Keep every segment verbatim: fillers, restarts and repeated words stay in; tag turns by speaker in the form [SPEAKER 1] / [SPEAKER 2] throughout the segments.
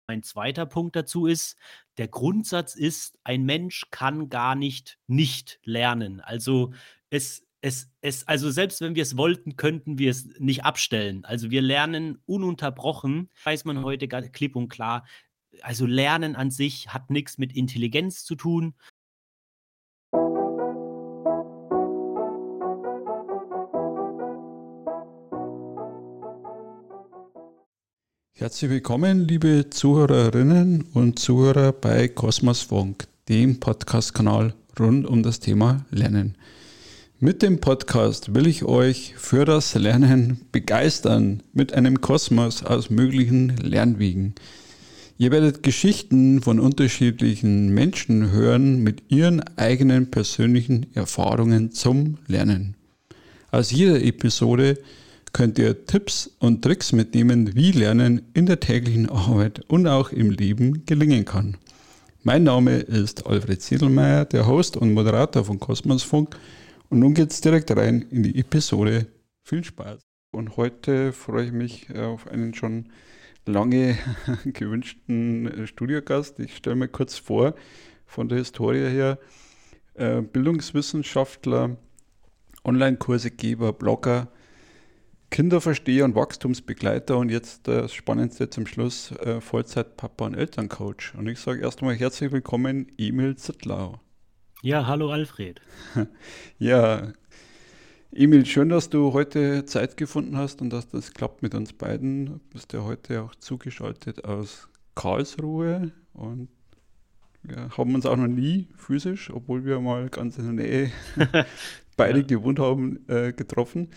[SPEAKER 1] Mein zweiter Punkt dazu ist, der Grundsatz ist, ein Mensch kann gar nicht nicht lernen. Also, es es es also, selbst wenn wir es wollten, könnten wir es nicht abstellen. Also, wir lernen ununterbrochen, weiß man heute ga klipp und klar. Also, Lernen an sich hat nix mit Intelligenz zu tun.
[SPEAKER 2] Herzlich willkommen, liebe Zuhörerinnen und Zuhörer bei Kosmosfunk, dem Podcast-Kanal rund um das Thema Lernen. Mit dem Podcast will ich euch für das Lernen begeistern mit einem Kosmos aus möglichen Lernwegen. Ihr werdet Geschichten von unterschiedlichen Menschen hören mit ihren eigenen persönlichen Erfahrungen zum Lernen. Aus jeder Episode könnt ihr Tipps und Tricks mitnehmen, wie Lernen in der täglichen Arbeit und auch im Leben gelingen kann. Mein Name ist Alfred Ziedelmeier, der Host und Moderator von Kosmosfunk, und nun geht's direkt rein in die Episode. Viel Spaß! Und heute freue ich mich auf einen schon lange gewünschten Studiogast. Ich stelle mir kurz vor, von der Historie her, äh, Bildungswissenschaftler, Online-Kursegeber, Blogger, Kinderversteher und Wachstumsbegleiter und jetzt das Spannendste zum Schluss, äh, Vollzeitpapa und Elterncoach. Und ich sage erst einmal herzlich willkommen, Emil Zittlau.
[SPEAKER 1] Ja, hallo Alfred.
[SPEAKER 2] Ja, Emil, schön, dass du heute Zeit gefunden hast und dass das klappt mit uns beiden. Du bist ja heute auch zugeschaltet aus Karlsruhe und wir haben uns auch noch nie physisch, obwohl wir mal ganz in der Nähe beide
[SPEAKER 1] Ja.
[SPEAKER 2] gewohnt haben, äh, getroffen.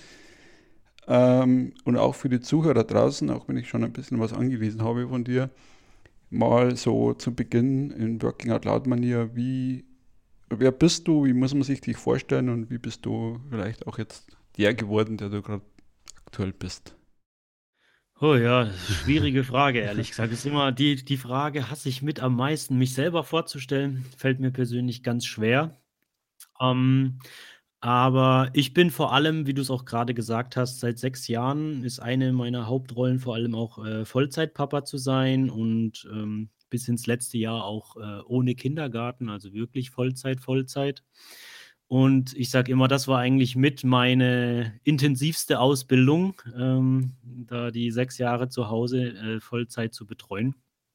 [SPEAKER 2] Ähm, und auch für die Zuhörer draußen, auch wenn ich schon ein bisschen was angelesen habe von dir, mal so zu Beginn in Working Out Loud Manier, wie, wer bist du, wie muss man sich dich vorstellen und wie bist du vielleicht auch jetzt der geworden, der du gerade aktuell bist?
[SPEAKER 1] Oh ja, das ist 'ne schwierige Frage, ehrlich gesagt. Ist immer die die Frage hasse ich mit am meisten. Mich selber vorzustellen, fällt mir persönlich ganz schwer. Ähm, aber ich bin vor allem, wie du es auch gerade gesagt hast, seit sechs Jahren ist eine meiner Hauptrollen vor allem auch, äh, Vollzeitpapa zu sein und, ähm, bis ins letzte Jahr auch, äh, ohne Kindergarten, also wirklich Vollzeit, Vollzeit. Und ich sage immer, das war eigentlich mit meine intensivste Ausbildung, ähm, da die sechs Jahre zu Hause, äh, Vollzeit zu betreuen.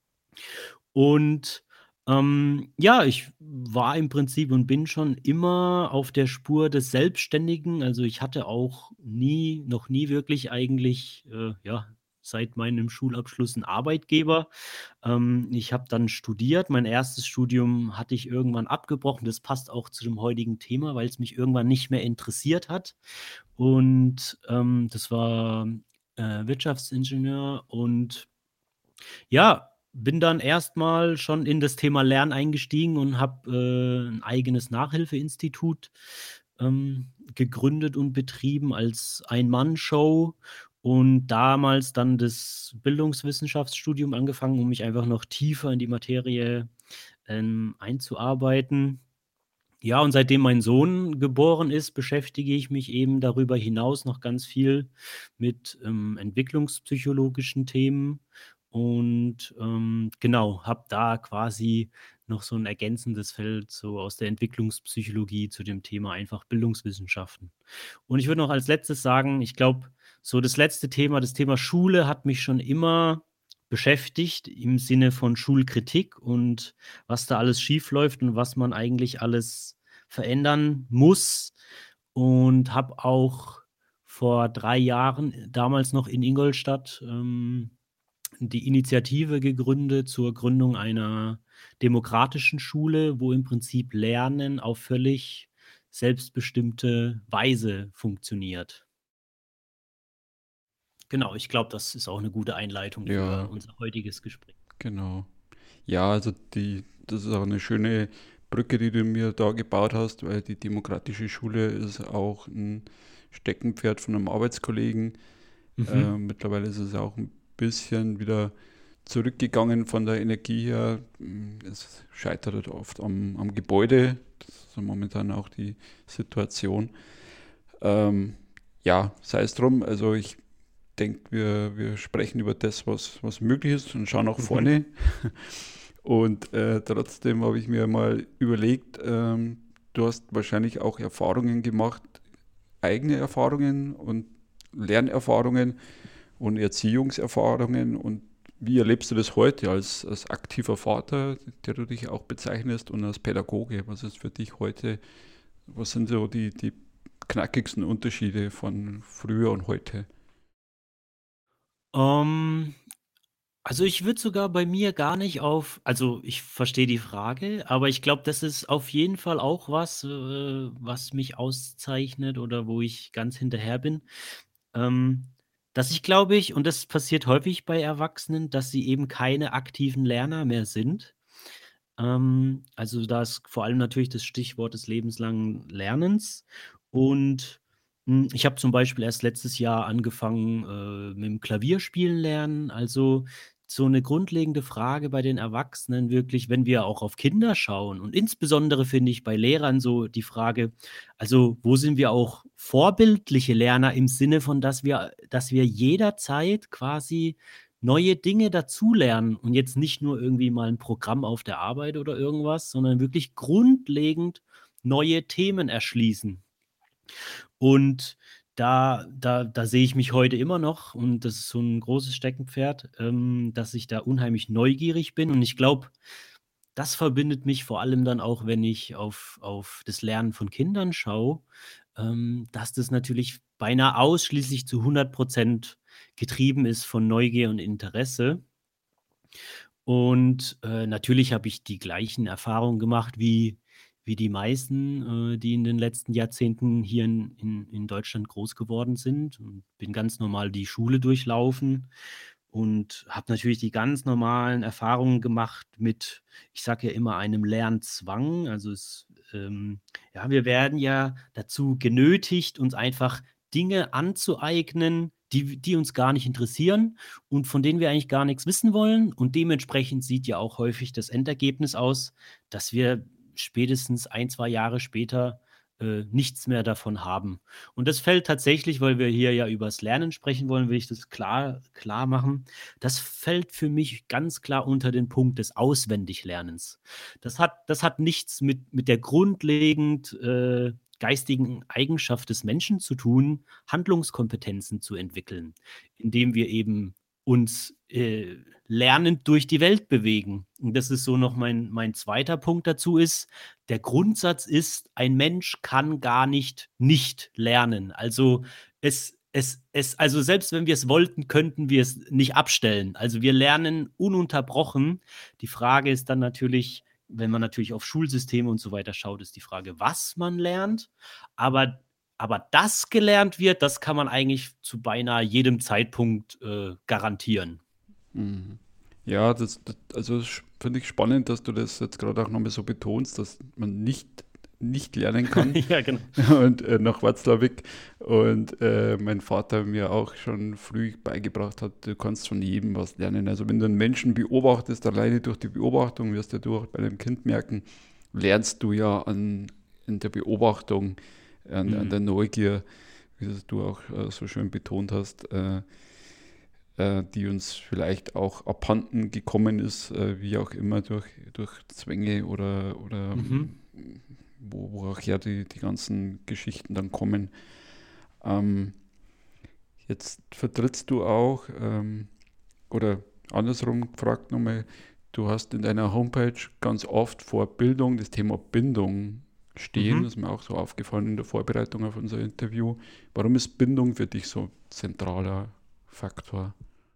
[SPEAKER 1] Und, ähm, ja, ich war im Prinzip und bin schon immer auf der Spur des Selbstständigen. Also, ich hatte auch nie noch nie wirklich eigentlich, äh, ja, seit meinem Schulabschluss 'n Arbeitgeber. Ähm, ich habe dann studiert. Mein erstes Studium hatte ich irgendwann abgebrochen. Das passt auch zu dem heutigen Thema, weil's mich irgendwann nicht mehr interessiert hat. Und, ähm, das war, äh, Wirtschaftsingenieur und ja, bin dann erst mal schon in das Thema Lernen eingestiegen und habe, äh, 'n eigenes Nachhilfeinstitut, ähm, gegründet und betrieben als Ein-Mann-Show und damals dann das Bildungswissenschaftsstudium angefangen, um mich einfach noch tiefer in die Materie, ähm, einzuarbeiten. Ja, und seitdem mein Sohn geboren ist, beschäftige ich mich eben darüber hinaus noch ganz viel mit, ähm, entwicklungspsychologischen Themen und, ähm, genau, habe da quasi noch so 'n ergänzendes Feld so aus der Entwicklungspsychologie zu dem Thema einfach Bildungswissenschaften. Und ich würde noch als Letztes sagen, ich glaube, so das letzte Thema, das Thema Schule hat mich schon immer beschäftigt im Sinne von Schulkritik und was da alles schiefläuft und was man eigentlich alles verändern muss. Und habe auch vor drei Jahren, äh, damals noch in Ingolstadt, ähm, die Initiative gegründet zur Gründung einer demokratischen Schule, wo im Prinzip Lernen auf völlig selbstbestimmte Weise funktioniert. Genau, ich glaube, das ist auch 'ne gute Einleitung für
[SPEAKER 2] Ja,
[SPEAKER 1] unser heutiges Gespräch.
[SPEAKER 2] genau. Ja, also die, das ist auch eine schöne Brücke, die du mir da gebaut hast, weil die demokratische Schule ist auch ein Steckenpferd von einem Arbeitskollegen. Äh,
[SPEAKER 1] Mhm.
[SPEAKER 2] mittlerweile ist es auch ein bisschen wieder zurückgegangen von der Energie her. Mm, Es scheitert halt oft am, am Gebäude. Das ist so momentan auch die Situation. Ähm, ja, sei es drum. Also ich denke, wir, wir sprechen über das, was, was möglich ist und schauen nach
[SPEAKER 1] Mhm.
[SPEAKER 2] vorne. Und äh, trotzdem habe ich mir mal überlegt, ähm, du hast wahrscheinlich auch Erfahrungen gemacht, eigene Erfahrungen und Lernerfahrungen und Erziehungserfahrungen. Und wie erlebst du das heute als, als aktiver Vater, der du dich auch bezeichnest, und als Pädagoge? Was ist für dich heute, was sind so die, die knackigsten Unterschiede von früher und heute?
[SPEAKER 1] Ähm, also, ich würde sogar bei mir gar nicht auf also, ich verstehe die Frage, aber ich glaube, das ist auf jeden Fall auch was, äh, was mich auszeichnet oder wo ich ganz hinterher bin. Ähm, dass ich, glaube ich und das passiert häufig bei Erwachsenen, dass sie eben keine aktiven Lerner mehr sind. Ähm, also, da ist vor allem natürlich das Stichwort des lebenslangen Lernens. Und, hm, ich habe zum Beispiel erst letztes Jahr angefangen, äh, mit dem Klavierspielen lernen. Also, so eine grundlegende Frage bei den Erwachsenen wirklich, wenn wir auch auf Kinder schauen und insbesondere finde ich bei Lehrern so die Frage, also, wo sind wir auch vorbildliche Lerner im Sinne von, dass wir dass wir jederzeit quasi neue Dinge dazulernen und jetzt nicht nur irgendwie mal 'n Programm auf der Arbeit oder irgendwas, sondern wirklich grundlegend neue Themen erschließen. Und da da da sehe ich mich heute immer noch und das ist so 'n großes Steckenpferd, ähm, dass ich da unheimlich neugierig bin und ich glaube, das verbindet mich vor allem dann auch, wenn ich auf auf das Lernen von Kindern schaue, ähm, dass das natürlich beinahe ausschließlich zu hundert Prozent getrieben ist von Neugier und Interesse. Und, äh, natürlich habe ich die gleichen Erfahrungen gemacht wie wie die meisten, äh, die in den letzten Jahrzehnten hier in in in Deutschland groß geworden sind und bin ganz normal die Schule durchlaufen und habe natürlich die ganz normalen Erfahrungen gemacht mit, ich sage ja immer, einem Lernzwang. Also, es ähm, ja, wir werden ja dazu genötigt, uns einfach Dinge anzueignen, die die uns gar nicht interessieren und von denen wir eigentlich gar nichts wissen wollen. Und dementsprechend sieht ja auch häufig das Endergebnis aus, dass wir spätestens ein zwei Jahre später, äh, nichts mehr davon haben. Und das fällt tatsächlich, weil wir hier ja übers Lernen sprechen wollen, will ich das klar klar machen. Das fällt für mich ganz klar unter den Punkt des Auswendiglernens. Das hat das hat nichts mit mit der grundlegend, äh, geistigen Eigenschaft des Menschen zu tun, Handlungskompetenzen zu entwickeln, indem wir eben uns, äh, lernend durch die Welt bewegen. Und das ist so noch mein mein zweiter Punkt dazu ist, der Grundsatz ist, ein Mensch kann gar nicht nicht lernen. Also, es es es also, selbst wenn wir es wollten, könnten wir es nicht abstellen. Also, wir lernen ununterbrochen. Die Frage ist dann natürlich, wenn man natürlich auf Schulsysteme und so weiter schaut, ist die Frage, was man lernt. Aber aber dass gelernt wird, das kann man eigentlich zu beinahe jedem Zeitpunkt, äh, garantieren.
[SPEAKER 2] Mhm. Ja, das, das also das finde ich spannend, dass du das jetzt gerade auch nochmal so betonst, dass man nicht, nicht lernen kann.
[SPEAKER 1] Ja, genau.
[SPEAKER 2] Und äh, nach Watzlawick und äh, mein Vater mir auch schon früh beigebracht hat, du kannst von jedem was lernen. Also wenn du einen Menschen beobachtest, alleine durch die Beobachtung, wirst ja du auch bei einem Kind merken, lernst du ja an in der Beobachtung, an, an
[SPEAKER 1] Mhm.
[SPEAKER 2] der Neugier, wie das du auch äh, so schön betont hast, äh, äh, die uns vielleicht auch abhanden gekommen ist, äh, wie auch immer durch, durch Zwänge oder, oder
[SPEAKER 1] Mhm.
[SPEAKER 2] ähm, wo, woher die, die ganzen Geschichten dann kommen. Ähm, Jetzt vertrittst du auch, ähm, oder andersrum gefragt nochmal, du hast in deiner Homepage ganz oft vor Bildung das Thema Bindung stehen.
[SPEAKER 1] Mhm.
[SPEAKER 2] Das ist mir auch so aufgefallen in der Vorbereitung auf unser Interview. Warum ist Bindung für dich so ein zentraler Faktor?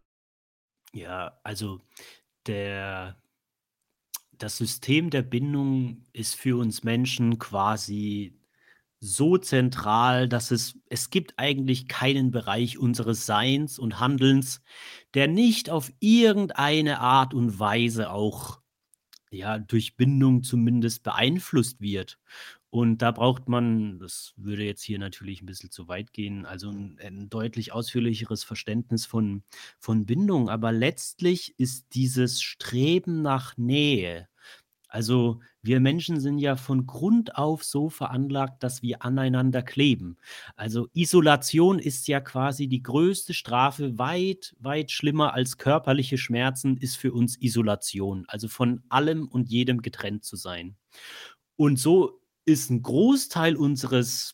[SPEAKER 1] Ja, also der das System der Bindung ist für uns Menschen quasi so zentral, dass es es gibt eigentlich keinen Bereich unseres Seins und Handelns, der nicht auf irgendeine Art und Weise auch, ja, durch Bindung zumindest beeinflusst wird. Und da braucht man das würde jetzt hier natürlich ein bisschen zu weit gehen, also ein 'n deutlich ausführlicheres Verständnis von von Bindung. Aber letztlich ist dieses Streben nach Nähe Also, wir Menschen sind ja von Grund auf so veranlagt, dass wir aneinander kleben. Also, Isolation ist ja quasi die größte Strafe, weit, weit schlimmer als körperliche Schmerzen ist für uns Isolation, also von allem und jedem getrennt zu sein. Und so ist 'n Großteil unseres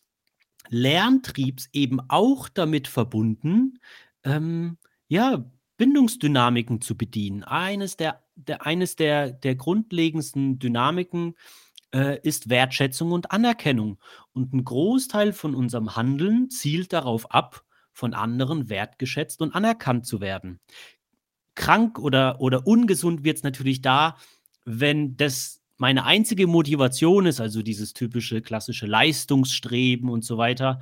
[SPEAKER 1] Lerntriebs eben auch damit verbunden, ähm, ja, Bindungsdynamiken zu bedienen. Eines der der eines der der grundlegendsten Dynamiken, äh, ist Wertschätzung und Anerkennung. Und 'n Großteil von unserem Handeln zielt darauf ab, von anderen wertgeschätzt und anerkannt zu werden. Krank oder oder ungesund wird's natürlich da, wenn das meine einzige Motivation ist, also dieses typische klassische Leistungsstreben und so weiter,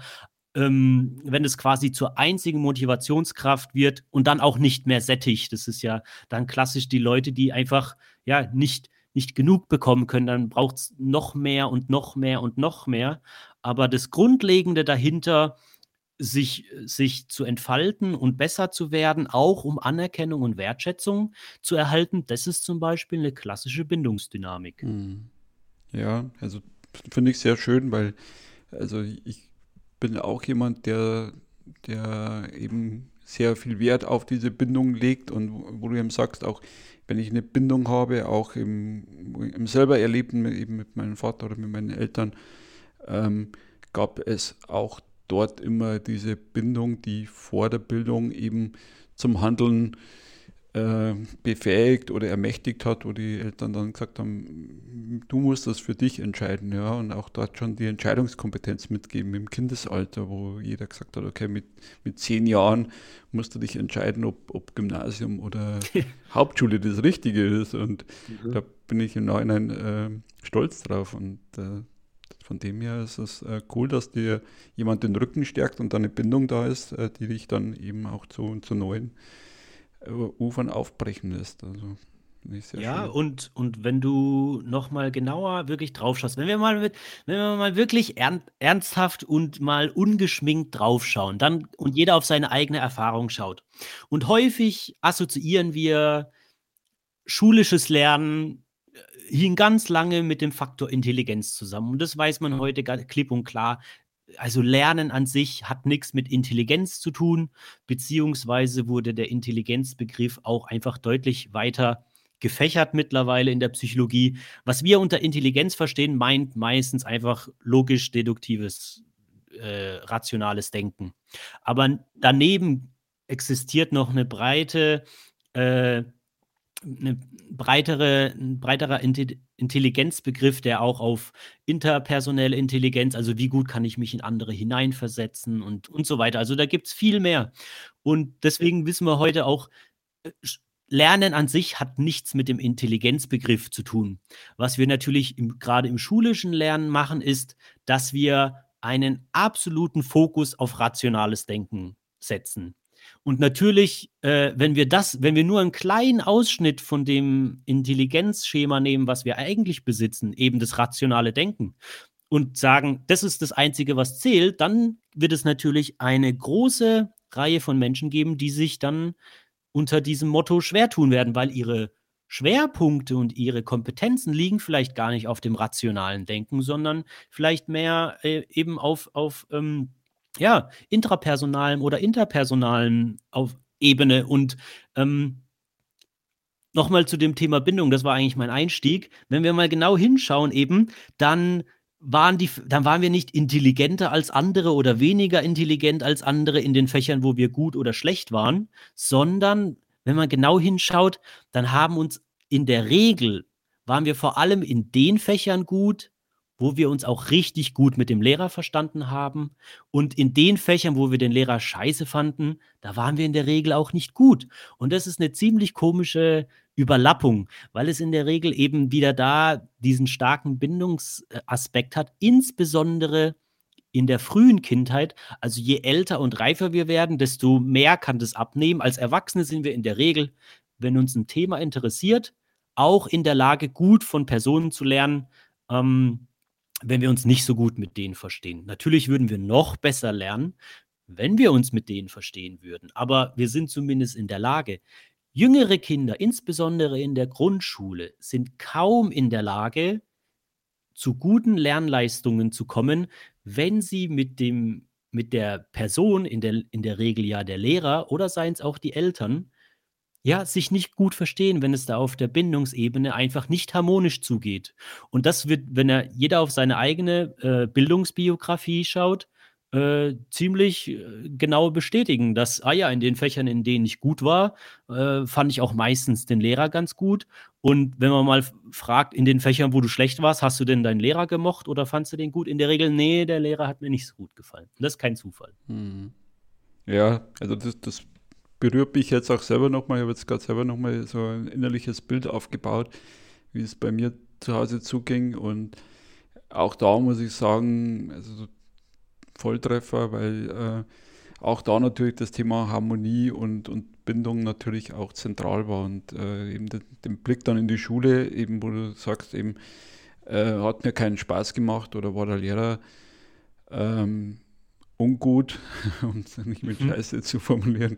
[SPEAKER 1] ähm, wenn es quasi zur einzigen Motivationskraft wird und dann auch nicht mehr sättigt. Das ist ja dann klassisch die Leute, die einfach, ja, nicht nicht genug bekommen können, dann braucht's noch mehr und noch mehr und noch mehr. Aber das Grundlegende dahinter, sich sich zu entfalten und besser zu werden, auch um Anerkennung und Wertschätzung zu erhalten, das ist zum Beispiel 'ne klassische Bindungsdynamik.
[SPEAKER 2] Mhm. Ja, also finde ich sehr schön, weil also ich bin auch jemand, der der eben sehr viel Wert auf diese Bindung legt und wo wo du eben sagst, auch wenn ich eine Bindung habe, auch im im selber Erlebten eben mit meinem Vater oder mit meinen Eltern, ähm, gab es auch dort immer diese Bindung, die vor der Bildung eben zum Handeln äh, befähigt oder ermächtigt hat, wo die Eltern dann gesagt haben, du musst das für dich entscheiden, ja, und auch dort schon die Entscheidungskompetenz mitgeben im Kindesalter, wo jeder gesagt hat, okay, mit, mit zehn Jahren musst du dich entscheiden, ob, ob Gymnasium oder Hauptschule das Richtige ist, und
[SPEAKER 1] Mhm.
[SPEAKER 2] da bin ich im Nachhinein äh, stolz drauf, und äh, von dem her ist es äh, cool, dass dir jemand den Rücken stärkt und da eine Bindung da ist, äh, die dich dann eben auch zu, zu neuen äh, Ufern aufbrechen lässt. Also finde ich sehr
[SPEAKER 1] Ja,
[SPEAKER 2] schön.
[SPEAKER 1] und und wenn du noch mal genauer wirklich drauf schaust, wenn wir mal mit wenn wir mal wirklich ern ernsthaft und mal ungeschminkt draufschauen, dann und jeder auf seine eigene Erfahrung schaut. Und häufig assoziieren wir schulisches Lernen, äh, hing ganz lange mit dem Faktor Intelligenz zusammen. Und das weiß man heute ga klipp und klar. Also, Lernen an sich hat nix mit Intelligenz zu tun, beziehungsweise wurde der Intelligenzbegriff auch einfach deutlich weiter gefächert mittlerweile in der Psychologie. Was wir unter Intelligenz verstehen, meint meistens einfach logisch-deduktives, äh, rationales Denken. Aber n daneben existiert noch 'ne breite äh, 'ne breitere 'n breiterer Inted Intelligenzbegriff, der auch auf interpersonelle Intelligenz, also wie gut kann ich mich in andere hineinversetzen und und so weiter. Also, da gibt's viel mehr. Und deswegen wissen wir heute auch, äh, sch Lernen an sich hat nichts mit dem Intelligenzbegriff zu tun. Was wir natürlich im grade im schulischen Lernen machen, ist, dass wir einen absoluten Fokus auf rationales Denken setzen. Und natürlich, äh, wenn wir das wenn wir nur 'n kleinen Ausschnitt von dem Intelligenzschema nehmen, was wir eigentlich besitzen, eben das rationale Denken, und sagen, das ist das Einzige, was zählt, dann wird es natürlich eine große Reihe von Menschen geben, die sich dann unter diesem Motto schwer tun werden, weil ihre Schwerpunkte und ihre Kompetenzen liegen vielleicht gar nicht auf dem rationalen Denken, sondern vielleicht mehr, äh, eben auf auf, ähm, ja, intrapersonalem oder interpersonalen auf Ebene. Und, ähm noch mal zu dem Thema Bindung, das war eigentlich mein Einstieg. Wenn wir mal genau hinschauen eben, dann waren die F dann waren wir nicht intelligenter als andere oder weniger intelligent als andere in den Fächern, wo wir gut oder schlecht waren, sondern wenn man genau hinschaut, dann haben uns in der Regel waren wir vor allem in den Fächern gut, wo wir uns auch richtig gut mit dem Lehrer verstanden haben. Und in den Fächern, wo wir den Lehrer scheiße fanden, da waren wir in der Regel auch nicht gut. Und das ist 'ne ziemlich komische Überlappung, weil es in der Regel eben wieder da diesen starken Bindungs äh, Aspekt hat, insbesondere in der frühen Kindheit. Also, je älter und reifer wir werden, desto mehr kann das abnehmen. Als Erwachsene sind wir in der Regel, wenn uns 'n Thema interessiert, auch in der Lage, gut von Personen zu lernen, ähm, wenn wir uns nicht so gut mit denen verstehen. Natürlich würden wir noch besser lernen, wenn wir uns mit denen verstehen würden, aber wir sind zumindest in der Lage. Jüngere Kinder, insbesondere in der Grundschule, sind kaum in der Lage, zu guten Lernleistungen zu kommen, wenn sie mit dem mit der Person, in der in der Regel ja der Lehrer oder seien's auch die Eltern, ja, sich nicht gut verstehen, wenn es da auf der Bindungsebene einfach nicht harmonisch zugeht. Und das wird, wenn er jeder auf seine eigene, äh, Bildungsbiografie schaut, äh, ziemlich, äh, genau bestätigen, dass, ah ja, in den Fächern, in denen ich gut war, äh, fand ich auch meistens den Lehrer ganz gut. Und wenn man mal f fragt, in den Fächern, wo du schlecht warst, hast du denn deinen Lehrer gemocht oder fandst du den gut? In der Regel: „Ne, der Lehrer hat mir nicht so gut gefallen.“ Und das ist kein Zufall.
[SPEAKER 2] Mhm. Ja, also das, das berührt mich jetzt auch selber nochmal. Ich habe jetzt gerade selber nochmal so ein innerliches Bild aufgebaut, wie es bei mir zu Hause zuging. Und auch da muss ich sagen, also so Volltreffer, weil äh, auch da natürlich das Thema Harmonie und, und Bindung natürlich auch zentral war. Und äh, eben den, den Blick dann in die Schule, eben wo du sagst, eben äh, hat mir keinen Spaß gemacht oder war der Lehrer ähm, ungut, um es nicht mit
[SPEAKER 1] Mhm.
[SPEAKER 2] Scheiße zu formulieren,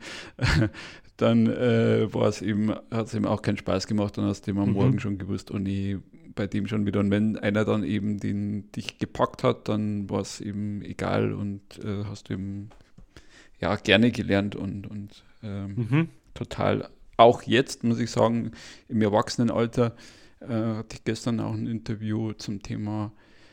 [SPEAKER 2] dann äh, war es eben, hat es ihm auch keinen Spaß gemacht und hast dem am Morgen
[SPEAKER 1] Mhm.
[SPEAKER 2] schon gewusst, oh nee, bei dem schon wieder. Und wenn einer dann eben den, dich gepackt hat, dann war es eben egal und äh, hast du eben ja gerne gelernt und, und ähm,
[SPEAKER 1] Mhm.
[SPEAKER 2] total, auch jetzt muss ich sagen, im Erwachsenenalter äh, hatte ich gestern auch ein Interview zum Thema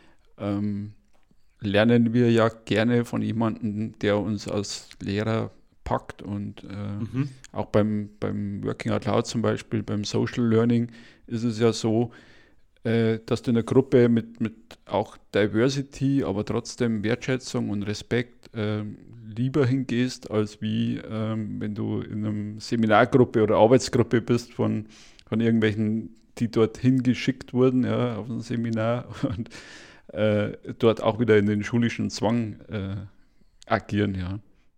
[SPEAKER 2] ähm, lernen wir ja gerne von jemandem, der uns als Lehrer packt und äh,
[SPEAKER 1] Mhm.
[SPEAKER 2] auch beim, beim Working Out Loud zum Beispiel, beim Social Learning ist es ja so, äh, dass du in einer Gruppe mit, mit auch Diversity, aber trotzdem Wertschätzung und Respekt äh, lieber hingehst, als wie ähm, wenn du in einer Seminargruppe oder Arbeitsgruppe bist von, von irgendwelchen, die dorthin geschickt wurden, ja, auf ein Seminar und äh, dort auch wieder in den schulischen Zwang äh, agieren, ja.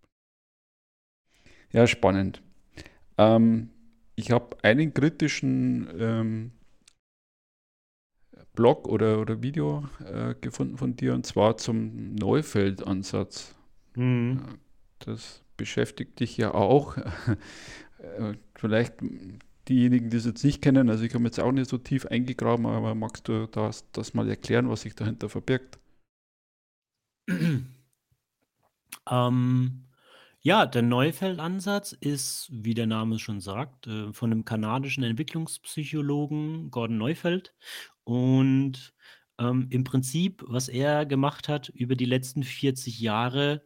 [SPEAKER 2] Ja, spannend. Ähm, ich habe einen kritischen ähm, Blog oder, oder Video äh, gefunden von dir und zwar zum Neufeld-Ansatz.
[SPEAKER 1] Mhm.
[SPEAKER 2] Ja, das beschäftigt dich ja auch. Äh, Vielleicht diejenigen, die es jetzt nicht kennen, also ich habe jetzt auch nicht so tief eingegraben, aber magst du das, das mal erklären, was sich dahinter verbirgt?
[SPEAKER 1] Ähm, ja, der Neufeld-Ansatz ist, wie der Name schon sagt, äh, von einem kanadischen Entwicklungspsychologen Gordon Neufeld. Und, ähm, im Prinzip, was er gemacht hat über die letzten vierzig Jahre,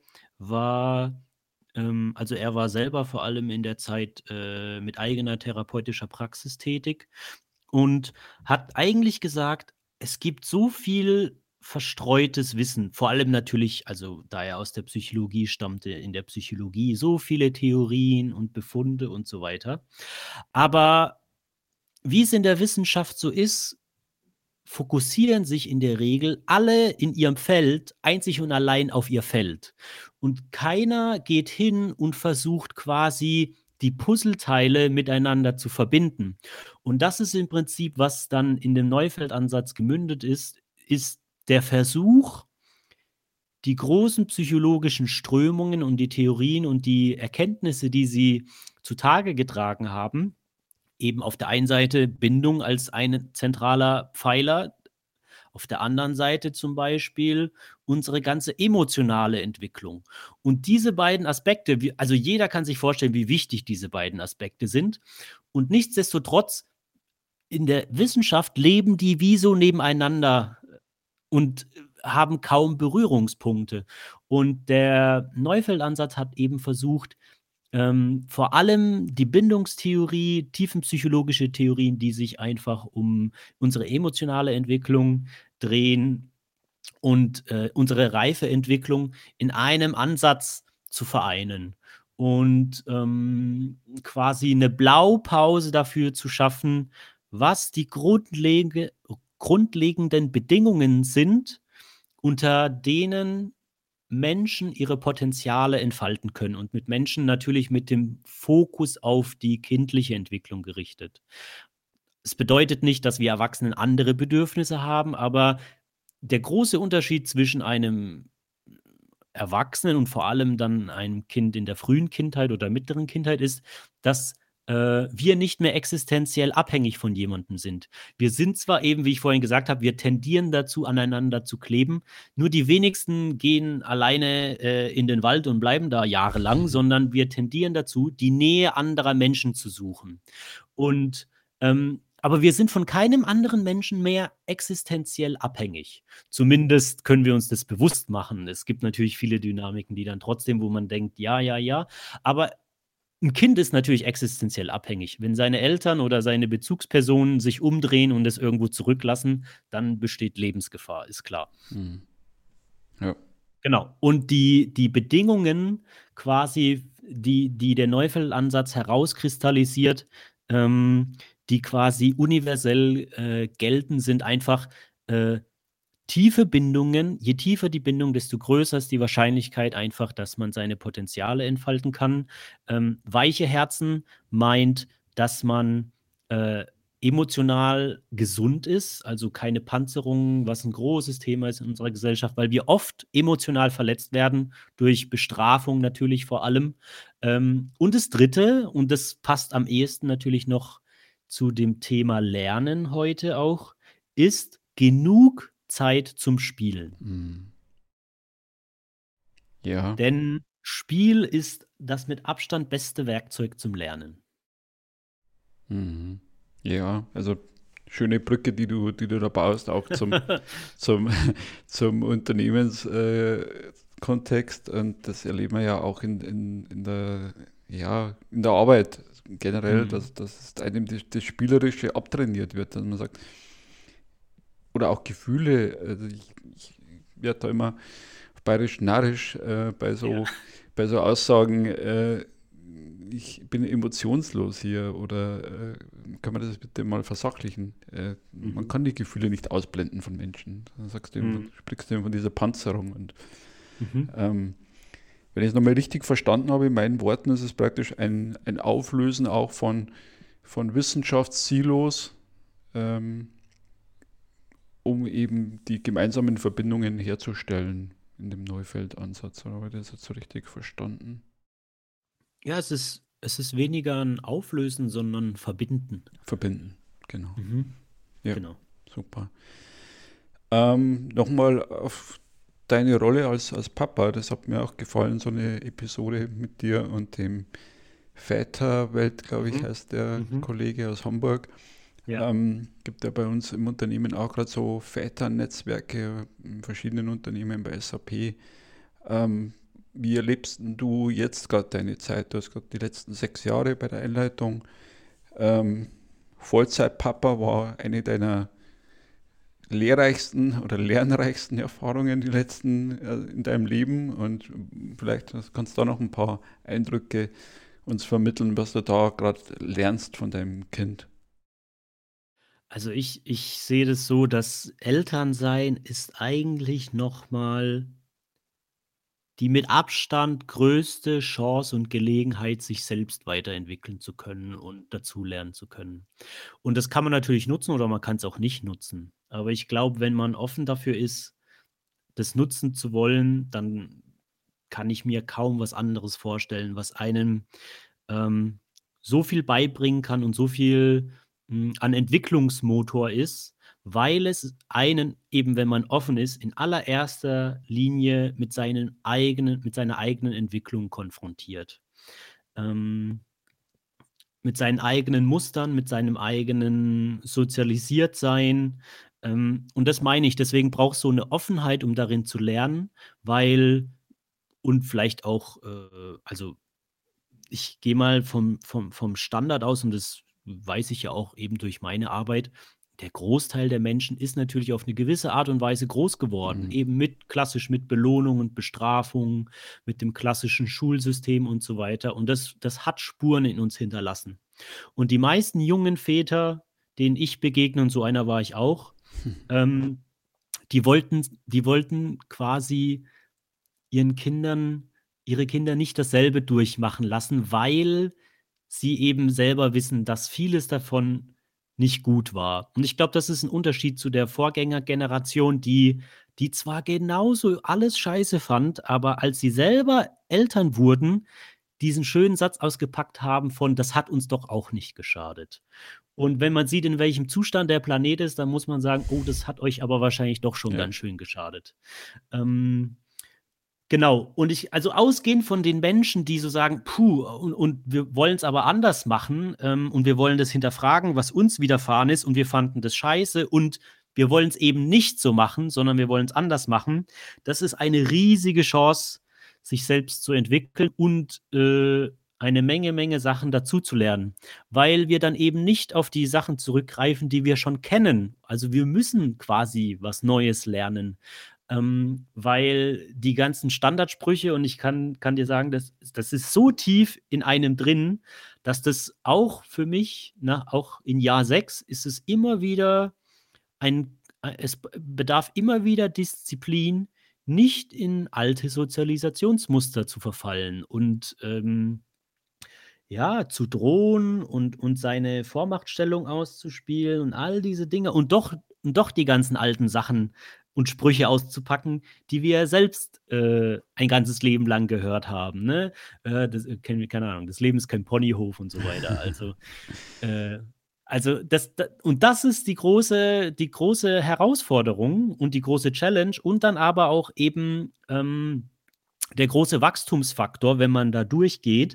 [SPEAKER 1] war ähm, also, er war selber vor allem in der Zeit, äh, mit eigener therapeutischer Praxis tätig und hat eigentlich gesagt, es gibt so viel verstreutes Wissen, vor allem natürlich, also, da er aus der Psychologie stammte, in der Psychologie so viele Theorien und Befunde und so weiter. Aber wie es in der Wissenschaft so ist, fokussieren sich in der Regel alle in ihrem Feld einzig und allein auf ihr Feld. Und keiner geht hin und versucht quasi die Puzzleteile miteinander zu verbinden. Und das ist im Prinzip, was dann in dem Neufeld-Ansatz gemündet ist, ist der Versuch, die großen psychologischen Strömungen und die Theorien und die Erkenntnisse, die sie zutage getragen haben, eben auf der einen Seite Bindung als ein zentraler Pfeiler, auf der anderen Seite zum Beispiel unsere ganze emotionale Entwicklung. Und diese beiden Aspekte, wie also jeder kann sich vorstellen, wie wichtig diese beiden Aspekte sind. Und nichtsdestotrotz in der Wissenschaft leben die wie so nebeneinander und haben kaum Berührungspunkte. Und der Neufeld-Ansatz hat eben versucht, ähm, vor allem die Bindungstheorie, tiefenpsychologische Theorien, die sich einfach um unsere emotionale Entwicklung drehen und, äh, unsere Reifeentwicklung in einem Ansatz zu vereinen und, ähm, quasi 'ne Blaupause dafür zu schaffen, was die grundlege grundlegenden Bedingungen sind, unter denen Menschen ihre Potenziale entfalten können und mit Menschen natürlich mit dem Fokus auf die kindliche Entwicklung gerichtet. Es bedeutet nicht, dass wir Erwachsenen andere Bedürfnisse haben, aber der große Unterschied zwischen einem Erwachsenen und vor allem dann einem Kind in der frühen Kindheit oder mittleren Kindheit ist, dass, äh, wir nicht mehr existenziell abhängig von jemandem sind. Wir sind zwar eben, wie ich vorhin gesagt habe, wir tendieren dazu, aneinander zu kleben, nur die wenigsten gehen alleine äh, in den Wald und bleiben da jahrelang, sondern wir tendieren dazu, die Nähe anderer Menschen zu suchen. Und ähm, aber wir sind von keinem anderen Menschen mehr existenziell abhängig. Zumindest können wir uns das bewusst machen. Es gibt natürlich viele Dynamiken, die dann trotzdem, wo man denkt, ja, ja, ja. Aber ein Kind ist natürlich existenziell abhängig. Wenn seine Eltern oder seine Bezugspersonen sich umdrehen und es irgendwo zurücklassen, dann besteht Lebensgefahr, ist klar.
[SPEAKER 2] Hm. Ja.
[SPEAKER 1] Genau. Und die, die Bedingungen quasi, die, die der Neufeld-Ansatz herauskristallisiert, ähm, die quasi universell äh, gelten, sind einfach äh, tiefe Bindungen. Je tiefer die Bindung, desto größer ist die Wahrscheinlichkeit einfach, dass man seine Potenziale entfalten kann. Ähm, weiche Herzen meint, dass man äh, emotional gesund ist, also keine Panzerung, was ein großes Thema ist in unserer Gesellschaft, weil wir oft emotional verletzt werden, durch Bestrafung natürlich vor allem. Ähm, und das Dritte, und das passt am ehesten natürlich noch zu dem Thema Lernen heute auch, ist genug Zeit zum Spielen.
[SPEAKER 2] Hm. Ja.
[SPEAKER 1] Denn Spiel ist das mit Abstand beste Werkzeug zum Lernen.
[SPEAKER 2] Mhm. Ja, also schöne Brücke, die du, die du da baust, auch zum, zum, zum Unternehmenskontext. Äh, Kontext. Und das erleben wir ja auch in, in, in der, ja, in der Arbeit generell,
[SPEAKER 1] Mhm.
[SPEAKER 2] dass, dass einem das, das Spielerische abtrainiert wird, dass man sagt, oder auch Gefühle. Also ich, ich werde da immer auf bayerisch narrisch äh, bei
[SPEAKER 1] Ja.
[SPEAKER 2] so, bei so Aussagen, äh, ich bin emotionslos hier oder äh, kann man das bitte mal versachlichen? Äh, man
[SPEAKER 1] Mhm.
[SPEAKER 2] kann die Gefühle nicht ausblenden von Menschen. Dann sagst du, eben,
[SPEAKER 1] Mhm.
[SPEAKER 2] sprichst du eben von dieser Panzerung. Und
[SPEAKER 1] Mhm.
[SPEAKER 2] ähm, wenn ich es nochmal richtig verstanden habe in meinen Worten, ist es praktisch ein, ein Auflösen auch von, von Wissenschaftssilos, ähm, um eben die gemeinsamen Verbindungen herzustellen in dem Neufeld-Ansatz. Oder habe ich das jetzt so richtig verstanden?
[SPEAKER 1] Ja, es ist, es ist weniger ein Auflösen, sondern Verbinden.
[SPEAKER 2] Verbinden, genau.
[SPEAKER 1] Mhm.
[SPEAKER 2] Ja,
[SPEAKER 1] Genau.
[SPEAKER 2] super. Ähm, nochmal auf deine Rolle als, als Papa, das hat mir auch gefallen, so eine Episode mit dir und dem Väterwelt, glaube ich,
[SPEAKER 1] Mhm.
[SPEAKER 2] heißt der
[SPEAKER 1] Mhm.
[SPEAKER 2] Kollege aus Hamburg.
[SPEAKER 1] Ja.
[SPEAKER 2] Ähm, gibt ja bei uns im Unternehmen auch gerade so Väternetzwerke in verschiedenen Unternehmen bei S A P. Ähm, wie erlebst denn du jetzt gerade deine Zeit? Du hast gerade die letzten sechs Jahre bei der Einleitung. Ähm, Vollzeitpapa war eine deiner lehrreichsten oder lernreichsten Erfahrungen die letzten äh, in deinem Leben und vielleicht kannst du da noch ein paar Eindrücke uns vermitteln, was du da gerade lernst von deinem Kind.
[SPEAKER 1] Also ich, ich sehe das so, dass Elternsein ist eigentlich nochmal die mit Abstand größte Chance und Gelegenheit, sich selbst weiterentwickeln zu können und dazulernen zu können. Und das kann man natürlich nutzen oder man kann es auch nicht nutzen. Aber ich glaube, wenn man offen dafür ist, das nutzen zu wollen, dann kann ich mir kaum was anderes vorstellen, was einem ähm, so viel beibringen kann und so viel hm, an Entwicklungsmotor ist, weil es einen eben, wenn man offen ist, in allererster Linie mit seinen eigenen mit seiner eigenen Entwicklung konfrontiert. Ähm, mit seinen eigenen Mustern, mit seinem eigenen Sozialisiertsein. Ähm, und das meine ich, deswegen brauchst du 'ne Offenheit, um darin zu lernen, weil und vielleicht auch, äh also ich gehe mal vom vom vom Standard aus und das weiß ich ja auch eben durch meine Arbeit. Der Großteil der Menschen ist natürlich auf 'ne gewisse Art und Weise groß geworden,
[SPEAKER 2] Mhm.
[SPEAKER 1] eben mit klassisch mit Belohnung und Bestrafung, mit dem klassischen Schulsystem und so weiter. Und das das hat Spuren in uns hinterlassen. Und die meisten jungen Väter, denen ich begegne, und so einer war ich auch, ähm, die wollten die wollten quasi ihren Kindern ihre Kinder nicht dasselbe durchmachen lassen, weil sie eben selber wissen, dass vieles davon nicht gut war. Und ich glaube, das ist 'n Unterschied zu der Vorgängergeneration, die die zwar genauso alles scheiße fand, aber als sie selber Eltern wurden, diesen schönen Satz ausgepackt haben von: „Das hat uns doch auch nicht geschadet.“ Und wenn man sieht, in welchem Zustand der Planet ist, dann muss man sagen: „Oh, das hat euch aber wahrscheinlich doch schon
[SPEAKER 2] Ja.
[SPEAKER 1] ganz schön geschadet.“ Ähm, genau. Und ich also ausgehend von den Menschen, die so sagen: „Puh, und und wir wollen's aber anders machen, ähm, und wir wollen das hinterfragen, was uns widerfahren ist, und wir fanden das scheiße und wir wollen's eben nicht so machen, sondern wir wollen's anders machen.“ Das ist eine riesige Chance, sich selbst zu entwickeln und, äh, eine Menge, Menge Sachen dazuzulernen, weil wir dann eben nicht auf die Sachen zurückgreifen, die wir schon kennen. Also, wir müssen quasi was Neues lernen, ähm, weil die ganzen Standardsprüche und ich kann kann dir sagen, das das ist so tief in einem drin, dass das auch für mich, ne, auch in Jahr sechs ist es immer wieder ein äh, es b bedarf immer wieder Disziplin, nicht in alte Sozialisationsmuster zu verfallen und, ähm ja, zu drohen und und seine Vormachtstellung auszuspielen und all diese Dinge und doch und doch die ganzen alten Sachen und Sprüche auszupacken, die wir selbst, äh, ein ganzes Leben lang gehört haben, ne? Äh, das äh, keine keine Ahnung, das Leben ist kein Ponyhof und so weiter. Also, äh also, das da und das ist die große die große Herausforderung und die große Challenge und dann aber auch eben, ähm, der große Wachstumsfaktor, wenn man da durchgeht,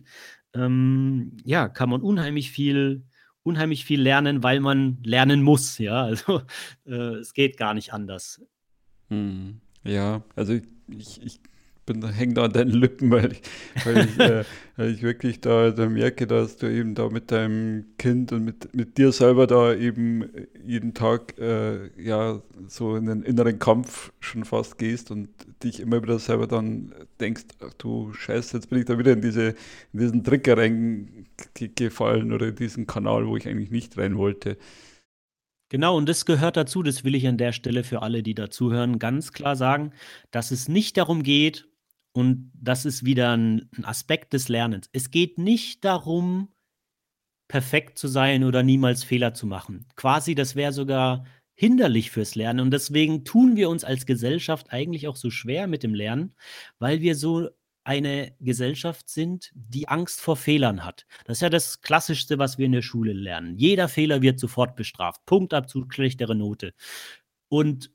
[SPEAKER 1] ähm, ja, kann man unheimlich viel unheimlich viel lernen, weil man lernen muss, ja. Also, äh, es geht gar nicht anders.
[SPEAKER 2] Mhm. Ja, also ich, ich, ich bin da, hänge da an deinen Lippen, weil ich, weil ich, äh, weil ich wirklich da, da merke, dass du eben da mit deinem Kind und mit, mit dir selber da eben jeden Tag äh, ja so in den inneren Kampf schon fast gehst und dich immer wieder selber dann denkst, ach du Scheiße, jetzt bin ich da wieder in diese, in diesen Trick reingefallen oder in diesen Kanal, wo ich eigentlich nicht rein wollte.
[SPEAKER 1] Genau, und das gehört dazu, das will ich an der Stelle für alle, die da zuhören, ganz klar sagen, dass es nicht darum geht und das ist wieder ein 'n Aspekt des Lernens. Es geht nicht darum, perfekt zu sein oder niemals Fehler zu machen. Quasi, das wäre sogar hinderlich fürs Lernen und deswegen tun wir uns als Gesellschaft eigentlich auch so schwer mit dem Lernen, weil wir so eine Gesellschaft sind, die Angst vor Fehlern hat. Das ist ja das Klassischste, was wir in der Schule lernen. Jeder Fehler wird sofort bestraft. Punktabzug, schlechtere Note. Und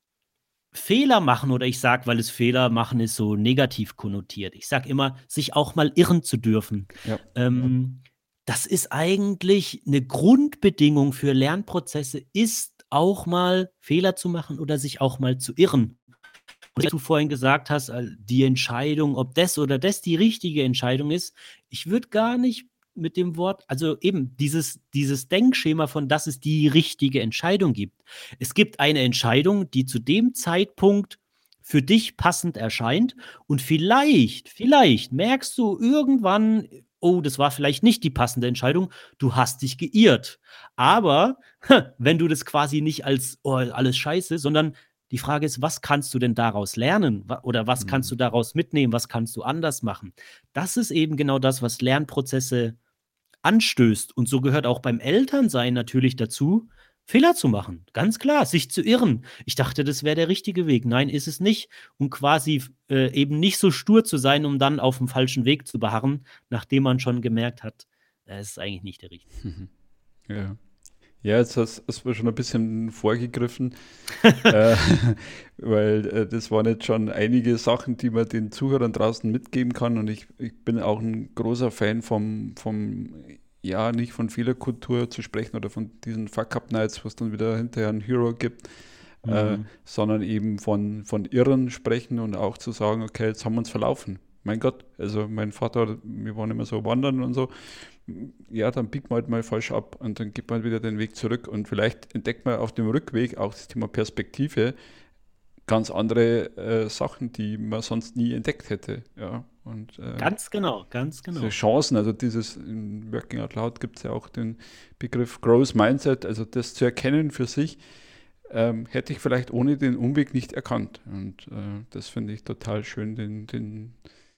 [SPEAKER 1] Fehler machen oder ich sage, weil es Fehler machen ist so negativ konnotiert. Ich sage immer, sich auch mal irren zu dürfen.
[SPEAKER 2] Ja.
[SPEAKER 1] Ähm, das ist eigentlich 'ne Grundbedingung für Lernprozesse, ist auch mal Fehler zu machen oder sich auch mal zu irren. Und was du vorhin gesagt hast, äh, die Entscheidung, ob das oder das die richtige Entscheidung ist. Ich würde gar nicht mit dem Wort also eben dieses dieses Denkschema von, dass es die richtige Entscheidung gibt. Es gibt eine Entscheidung, die zu dem Zeitpunkt für dich passend erscheint und vielleicht vielleicht merkst du irgendwann: „Oh, das war vielleicht nicht die passende Entscheidung. Du hast dich geirrt.“ Aber, wenn du das quasi nicht als: „Oh, alles scheiße“, sondern die Frage ist, was kannst du denn daraus lernen? Wa oder was kannst du
[SPEAKER 2] Mhm.
[SPEAKER 1] daraus mitnehmen? Was kannst du anders machen? Das ist eben genau das, was Lernprozesse anstößt. Und so gehört auch beim Elternsein natürlich dazu, Fehler zu machen. Ganz klar, sich zu irren. Ich dachte, das wäre der richtige Weg. Nein, ist es nicht. Und quasi f äh, eben nicht so stur zu sein, um dann aufm falschen Weg zu beharren, nachdem man schon gemerkt hat, äh, es ist eigentlich nicht der richtige.
[SPEAKER 2] Ja. Ja, jetzt hast, hast du schon ein bisschen vorgegriffen, äh, weil äh, das waren jetzt schon einige Sachen, die man den Zuhörern draußen mitgeben kann. Und ich, ich bin auch ein großer Fan vom, vom, ja, nicht von Fehlerkultur zu sprechen oder von diesen Fuck-Up-Nights, was dann wieder hinterher ein Hero gibt, äh,
[SPEAKER 1] Mhm.
[SPEAKER 2] sondern eben von, von Irren sprechen und auch zu sagen, okay, jetzt haben wir uns verlaufen. Mein Gott, also mein Vater, wir waren immer so wandern und so. Ja, dann biegt man halt mal falsch ab und dann geht man wieder den Weg zurück und vielleicht entdeckt man auf dem Rückweg auch das Thema Perspektive ganz andere äh, Sachen, die man sonst nie entdeckt hätte. Ja, und äh,
[SPEAKER 1] Ganz genau, ganz
[SPEAKER 2] diese
[SPEAKER 1] genau.
[SPEAKER 2] Chancen, also dieses in Working Out Loud gibt es ja auch den Begriff Growth Mindset, also das zu erkennen für sich, ähm, hätte ich vielleicht ohne den Umweg nicht erkannt. Und äh, das finde ich total schön, den, den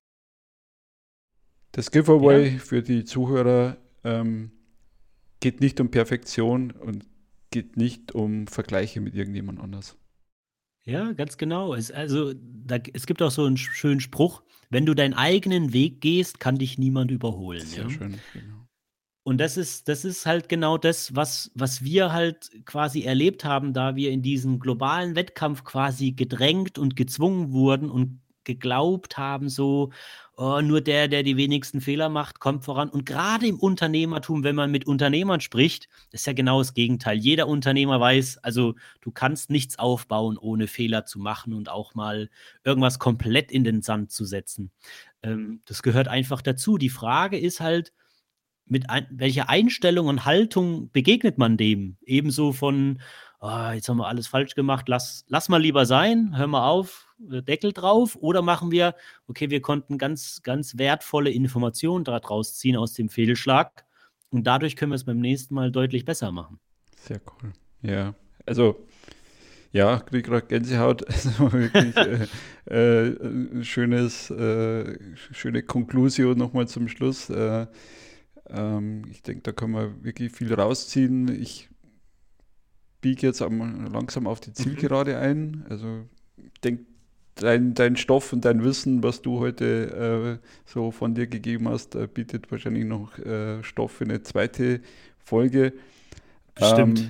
[SPEAKER 2] das
[SPEAKER 1] Ja.
[SPEAKER 2] Giveaway für die Zuhörer ähm, geht nicht um Perfektion und geht nicht um Vergleiche mit irgendjemand anders.
[SPEAKER 1] Ja, ganz genau. Es also, da es gibt auch so 'n sch schönen Spruch: „Wenn du deinen eigenen Weg gehst, kann dich niemand überholen“,
[SPEAKER 2] Sehr
[SPEAKER 1] ja?
[SPEAKER 2] schön, genau.
[SPEAKER 1] Und das ist das ist halt genau das, was was wir halt quasi erlebt haben, da wir in diesen globalen Wettkampf quasi gedrängt und gezwungen wurden und geglaubt haben so: „Oh, nur der, der die wenigsten Fehler macht, kommt voran.“ Und grade im Unternehmertum, wenn man mit Unternehmern spricht, ist ja genau das Gegenteil. Jeder Unternehmer weiß, also, du kannst nichts aufbauen, ohne Fehler zu machen und auch mal irgendwas komplett in den Sand zu setzen. Ähm, das gehört einfach dazu. Die Frage ist halt, mit ein welcher Einstellung und Haltung begegnet man dem? Ebenso von: „Ah, jetzt haben wir alles falsch gemacht, lass lass mal lieber sein, hör mal auf, äh, Deckel drauf.“ Oder machen wir: „Okay, wir konnten ganz ganz wertvolle Informationen da draus ziehen aus dem Fehlschlag und dadurch können wir es beim nächsten Mal deutlich besser machen.“
[SPEAKER 2] Sehr cool. Ja, also ja, kriege gerade Gänsehaut. Also wirklich äh, äh, schönes, äh, schöne Konklusion nochmal zum Schluss. Äh, ähm, ich denke, da kann man wirklich viel rausziehen. Ich biege jetzt am, langsam auf die
[SPEAKER 1] Mhm.
[SPEAKER 2] Zielgerade ein. Also ich denke, dein, dein Stoff und dein Wissen, was du heute äh, so von dir gegeben hast, äh, bietet wahrscheinlich noch äh, Stoff für eine zweite Folge.
[SPEAKER 1] Bestimmt.
[SPEAKER 2] Ähm,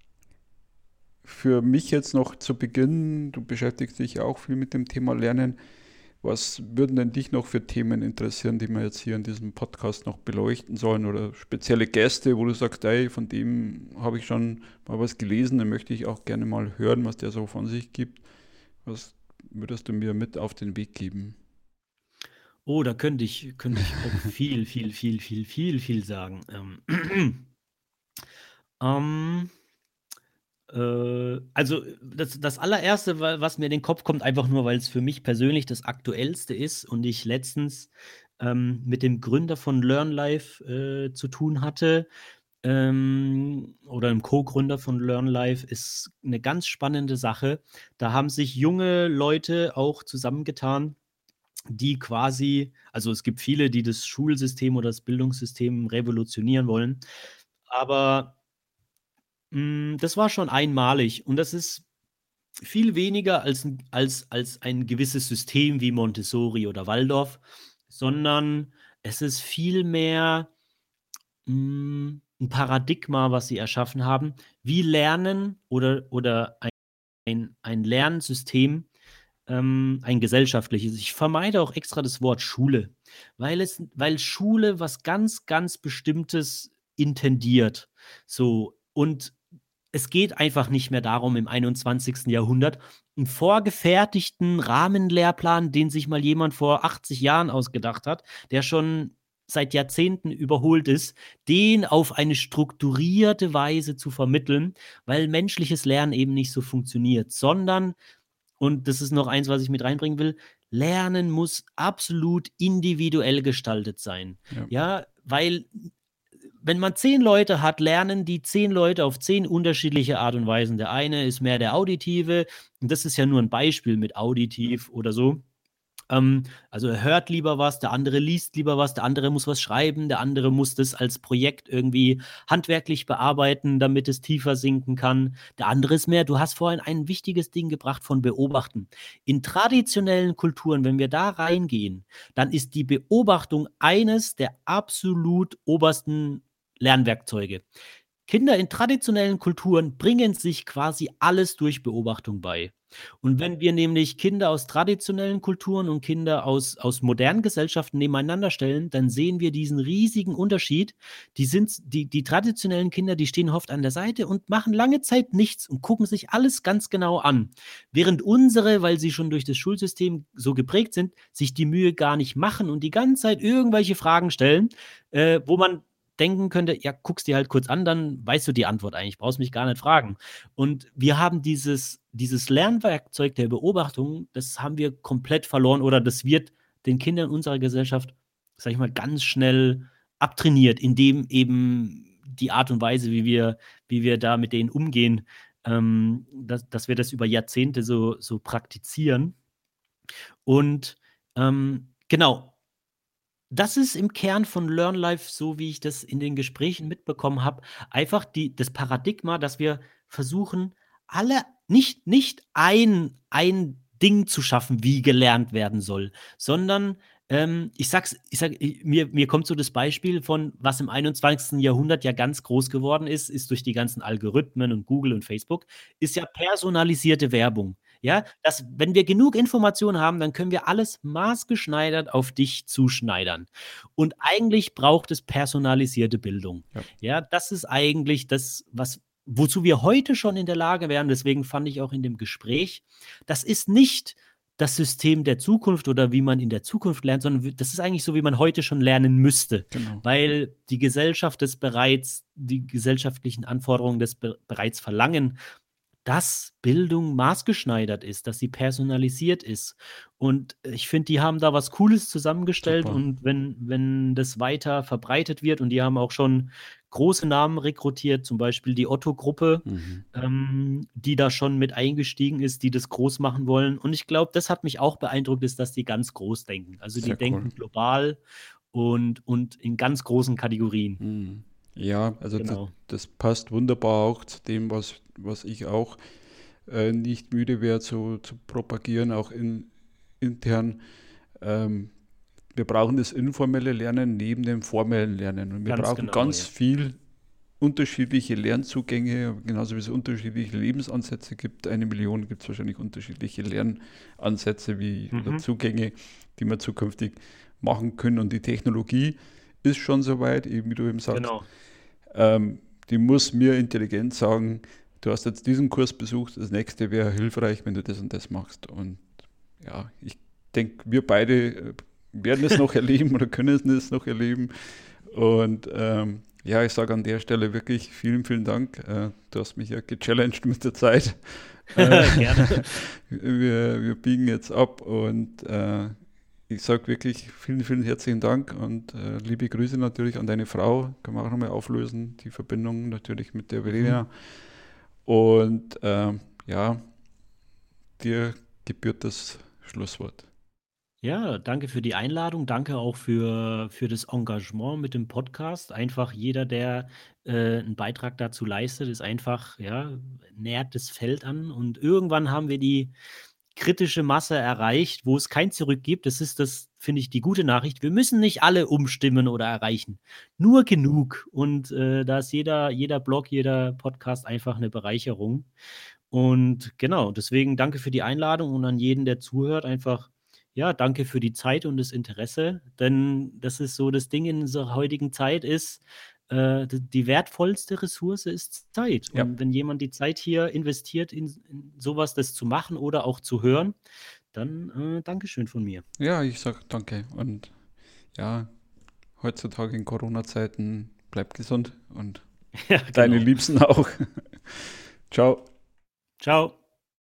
[SPEAKER 2] für mich jetzt noch zu Beginn, du beschäftigst dich ja auch viel mit dem Thema Lernen. Was würden denn dich noch für Themen interessieren, die wir jetzt hier in diesem Podcast noch beleuchten sollen oder spezielle Gäste, wo du sagst, ey, von dem habe ich schon mal was gelesen, dann möchte ich auch gerne mal hören, was der so von sich gibt. Was würdest du mir mit auf den Weg geben?
[SPEAKER 1] Oh, da könnte ich könnte ich auch viel, viel, viel, viel, viel, viel sagen. Ähm, ähm Äh, also, das das Allererste, wa was mir in den Kopf kommt, einfach nur, weil es für mich persönlich das Aktuellste ist und ich letztens, ähm, mit dem Gründer von LearnLife, äh, zu tun hatte, ähm, oder 'nem Co-Gründer von LearnLife, ist 'ne ganz spannende Sache. Da haben sich junge Leute auch zusammengetan, die quasi also, es gibt viele, die das Schulsystem oder das Bildungssystem revolutionieren wollen, aber hm, das war schon einmalig und das ist viel weniger als 'n als als ein gewisses System wie Montessori oder Waldorf, sondern es ist vielmehr, hm, 'n Paradigma, was sie erschaffen haben, wie Lernen oder oder ein ein Lernsystem, ähm, ein gesellschaftliches. Ich vermeide auch extra das Wort Schule, weil es weil Schule was ganz, ganz Bestimmtes intendiert, so. Und es geht einfach nicht mehr darum, im einundzwanzigsten Jahrhundert 'n vorgefertigten Rahmenlehrplan, den sich mal jemand vor achtzig Jahren ausgedacht hat, der schon seit Jahrzehnten überholt ist, den auf eine strukturierte Weise zu vermitteln, weil menschliches Lernen eben nicht so funktioniert, sondern und das ist noch eins, was ich mit reinbringen will, Lernen muss absolut individuell gestaltet sein.
[SPEAKER 2] Ja,
[SPEAKER 1] Ja, weil wenn man zehn Leute hat, lernen die zehn Leute auf zehn unterschiedliche Art und Weisen. Der eine ist mehr der Auditive und das ist ja nur 'n Beispiel mit auditiv oder so. Ähm, also, er hört lieber was, der andere liest lieber was, der andere muss was schreiben, der andere muss das als Projekt irgendwie handwerklich bearbeiten, damit es tiefer sinken kann. Der andere ist mehr du hast vorhin ein wichtiges Ding gebracht von beobachten. In traditionellen Kulturen, wenn wir da reingehen, dann ist die Beobachtung eines der absolut obersten Lernwerkzeuge. Kinder in traditionellen Kulturen bringen sich quasi alles durch Beobachtung bei. Und wenn wir nämlich Kinder aus traditionellen Kulturen und Kinder aus aus modernen Gesellschaften nebeneinander stellen, dann sehen wir diesen riesigen Unterschied. Die sind die die traditionellen Kinder, die stehen oft an der Seite und machen lange Zeit nichts und gucken sich alles ganz genau an. Während unsere, weil sie schon durch das Schulsystem so geprägt sind, sich die Mühe gar nicht machen und die ganze Zeit irgendwelche Fragen stellen, äh, wo man denken könnte: „Ja, guck's dir halt kurz an, dann weißt du die Antwort eigentlich, brauchst mich gar nicht fragen.“ Und wir haben dieses dieses Lernwerkzeug der Beobachtung, das haben wir komplett verloren oder das wird den Kindern unserer Gesellschaft, sage ich mal, ganz schnell abtrainiert, indem eben die Art und Weise, wie wir wie wir da mit denen umgehen, ähm, dass dass wir das über Jahrzehnte so so praktizieren. Und, ähm, genau, das ist im Kern von LearnLife, so wie ich das in den Gesprächen mitbekommen habe, einfach die das Paradigma, dass wir versuchen, alle nicht, nicht ein, ein Ding zu schaffen, wie gelernt werden soll, sondern ähm, ich sag's, ich sag, ich, mir, mir kommt so das Beispiel von, was im einundzwanzigsten. Jahrhundert ja ganz groß geworden ist, ist durch die ganzen Algorithmen und Google und Facebook, ist ja personalisierte Werbung. Ja, dass, wenn wir genug Informationen haben, dann können wir alles maßgeschneidert auf dich zuschneidern. Und eigentlich braucht es personalisierte Bildung.
[SPEAKER 2] Ja,
[SPEAKER 1] Ja, das ist eigentlich das, was, wozu wir heute schon in der Lage wären. Deswegen fand ich auch in dem Gespräch, das ist nicht das System der Zukunft oder wie man in der Zukunft lernt, sondern wie- das ist eigentlich so, wie man heute schon lernen müsste,
[SPEAKER 2] genau.
[SPEAKER 1] weil die Gesellschaft das bereits, die gesellschaftlichen Anforderungen das be bereits verlangen, dass Bildung maßgeschneidert ist, dass sie personalisiert ist. Und ich finde, die haben da was Cooles zusammengestellt,
[SPEAKER 2] Super.
[SPEAKER 1] und wenn, wenn das weiter verbreitet wird, und die haben auch schon große Namen rekrutiert, zum Beispiel die Otto-Gruppe,
[SPEAKER 2] Mhm.
[SPEAKER 1] ähm, die da schon mit eingestiegen ist, die das groß machen wollen. Und ich glaube, das hat mich auch beeindruckt, ist, dass die ganz groß denken. Also die
[SPEAKER 2] Sehr cool.
[SPEAKER 1] denken global und, und in ganz großen Kategorien.
[SPEAKER 2] Mhm. Ja, also das,
[SPEAKER 1] Genau.
[SPEAKER 2] das passt wunderbar auch zu dem, was, was ich auch äh, nicht müde wäre zu, zu propagieren, auch in, intern. Ähm, wir brauchen das informelle Lernen neben dem formellen Lernen. Und wir
[SPEAKER 1] Ganz
[SPEAKER 2] brauchen
[SPEAKER 1] genau,
[SPEAKER 2] ganz
[SPEAKER 1] ja.
[SPEAKER 2] viel unterschiedliche Lernzugänge, genauso wie es unterschiedliche Lebensansätze gibt. Eine Million gibt es wahrscheinlich unterschiedliche Lernansätze wie, oder
[SPEAKER 1] Mhm.
[SPEAKER 2] Zugänge, die wir zukünftig machen können. Und die Technologie ist schon soweit, eben wie du eben sagst.
[SPEAKER 1] Genau.
[SPEAKER 2] Ähm, die muss mir intelligent sagen, du hast jetzt diesen Kurs besucht, das nächste wäre hilfreich, wenn du das und das machst. Und ja, ich denke, wir beide äh, werden es noch erleben oder können es noch erleben. Und ähm, ja, ich sage an der Stelle wirklich vielen, vielen Dank. Äh, du hast mich ja gechallenged mit der Zeit. Äh,
[SPEAKER 1] Gerne.
[SPEAKER 2] wir, wir biegen jetzt ab und äh, ich sage wirklich vielen, vielen herzlichen Dank und äh, liebe Grüße natürlich an deine Frau. Können wir auch nochmal auflösen, die Verbindung natürlich mit der
[SPEAKER 1] Mhm.
[SPEAKER 2] Verena. Und ähm, ja, dir gebührt das Schlusswort.
[SPEAKER 1] Ja, danke für die Einladung. Danke auch für, für das Engagement mit dem Podcast. Einfach jeder, der äh, einen Beitrag dazu leistet, ist einfach, ja, nährt das Feld an. Und irgendwann haben wir die kritische Masse erreicht, wo es kein Zurück gibt. Das ist das, finde ich, die gute Nachricht. Wir müssen nicht alle umstimmen oder erreichen. Nur genug. Und äh, da ist jeder, jeder Blog, jeder Podcast einfach eine Bereicherung. Und genau, deswegen danke für die Einladung, und an jeden, der zuhört, einfach, ja, danke für die Zeit und das Interesse, denn das ist so das Ding in unserer heutigen Zeit ist, äh, d- die wertvollste Ressource ist Zeit.
[SPEAKER 2] Ja,
[SPEAKER 1] Und wenn jemand die Zeit hier investiert, in, in sowas, das zu machen oder auch zu hören, dann äh, Dankeschön von mir.
[SPEAKER 2] ja, ich sage danke. Und ja, heutzutage in Corona-Zeiten bleib gesund und
[SPEAKER 1] Ja,
[SPEAKER 2] deine
[SPEAKER 1] genau.
[SPEAKER 2] Liebsten auch. Ciao.
[SPEAKER 1] Ciao.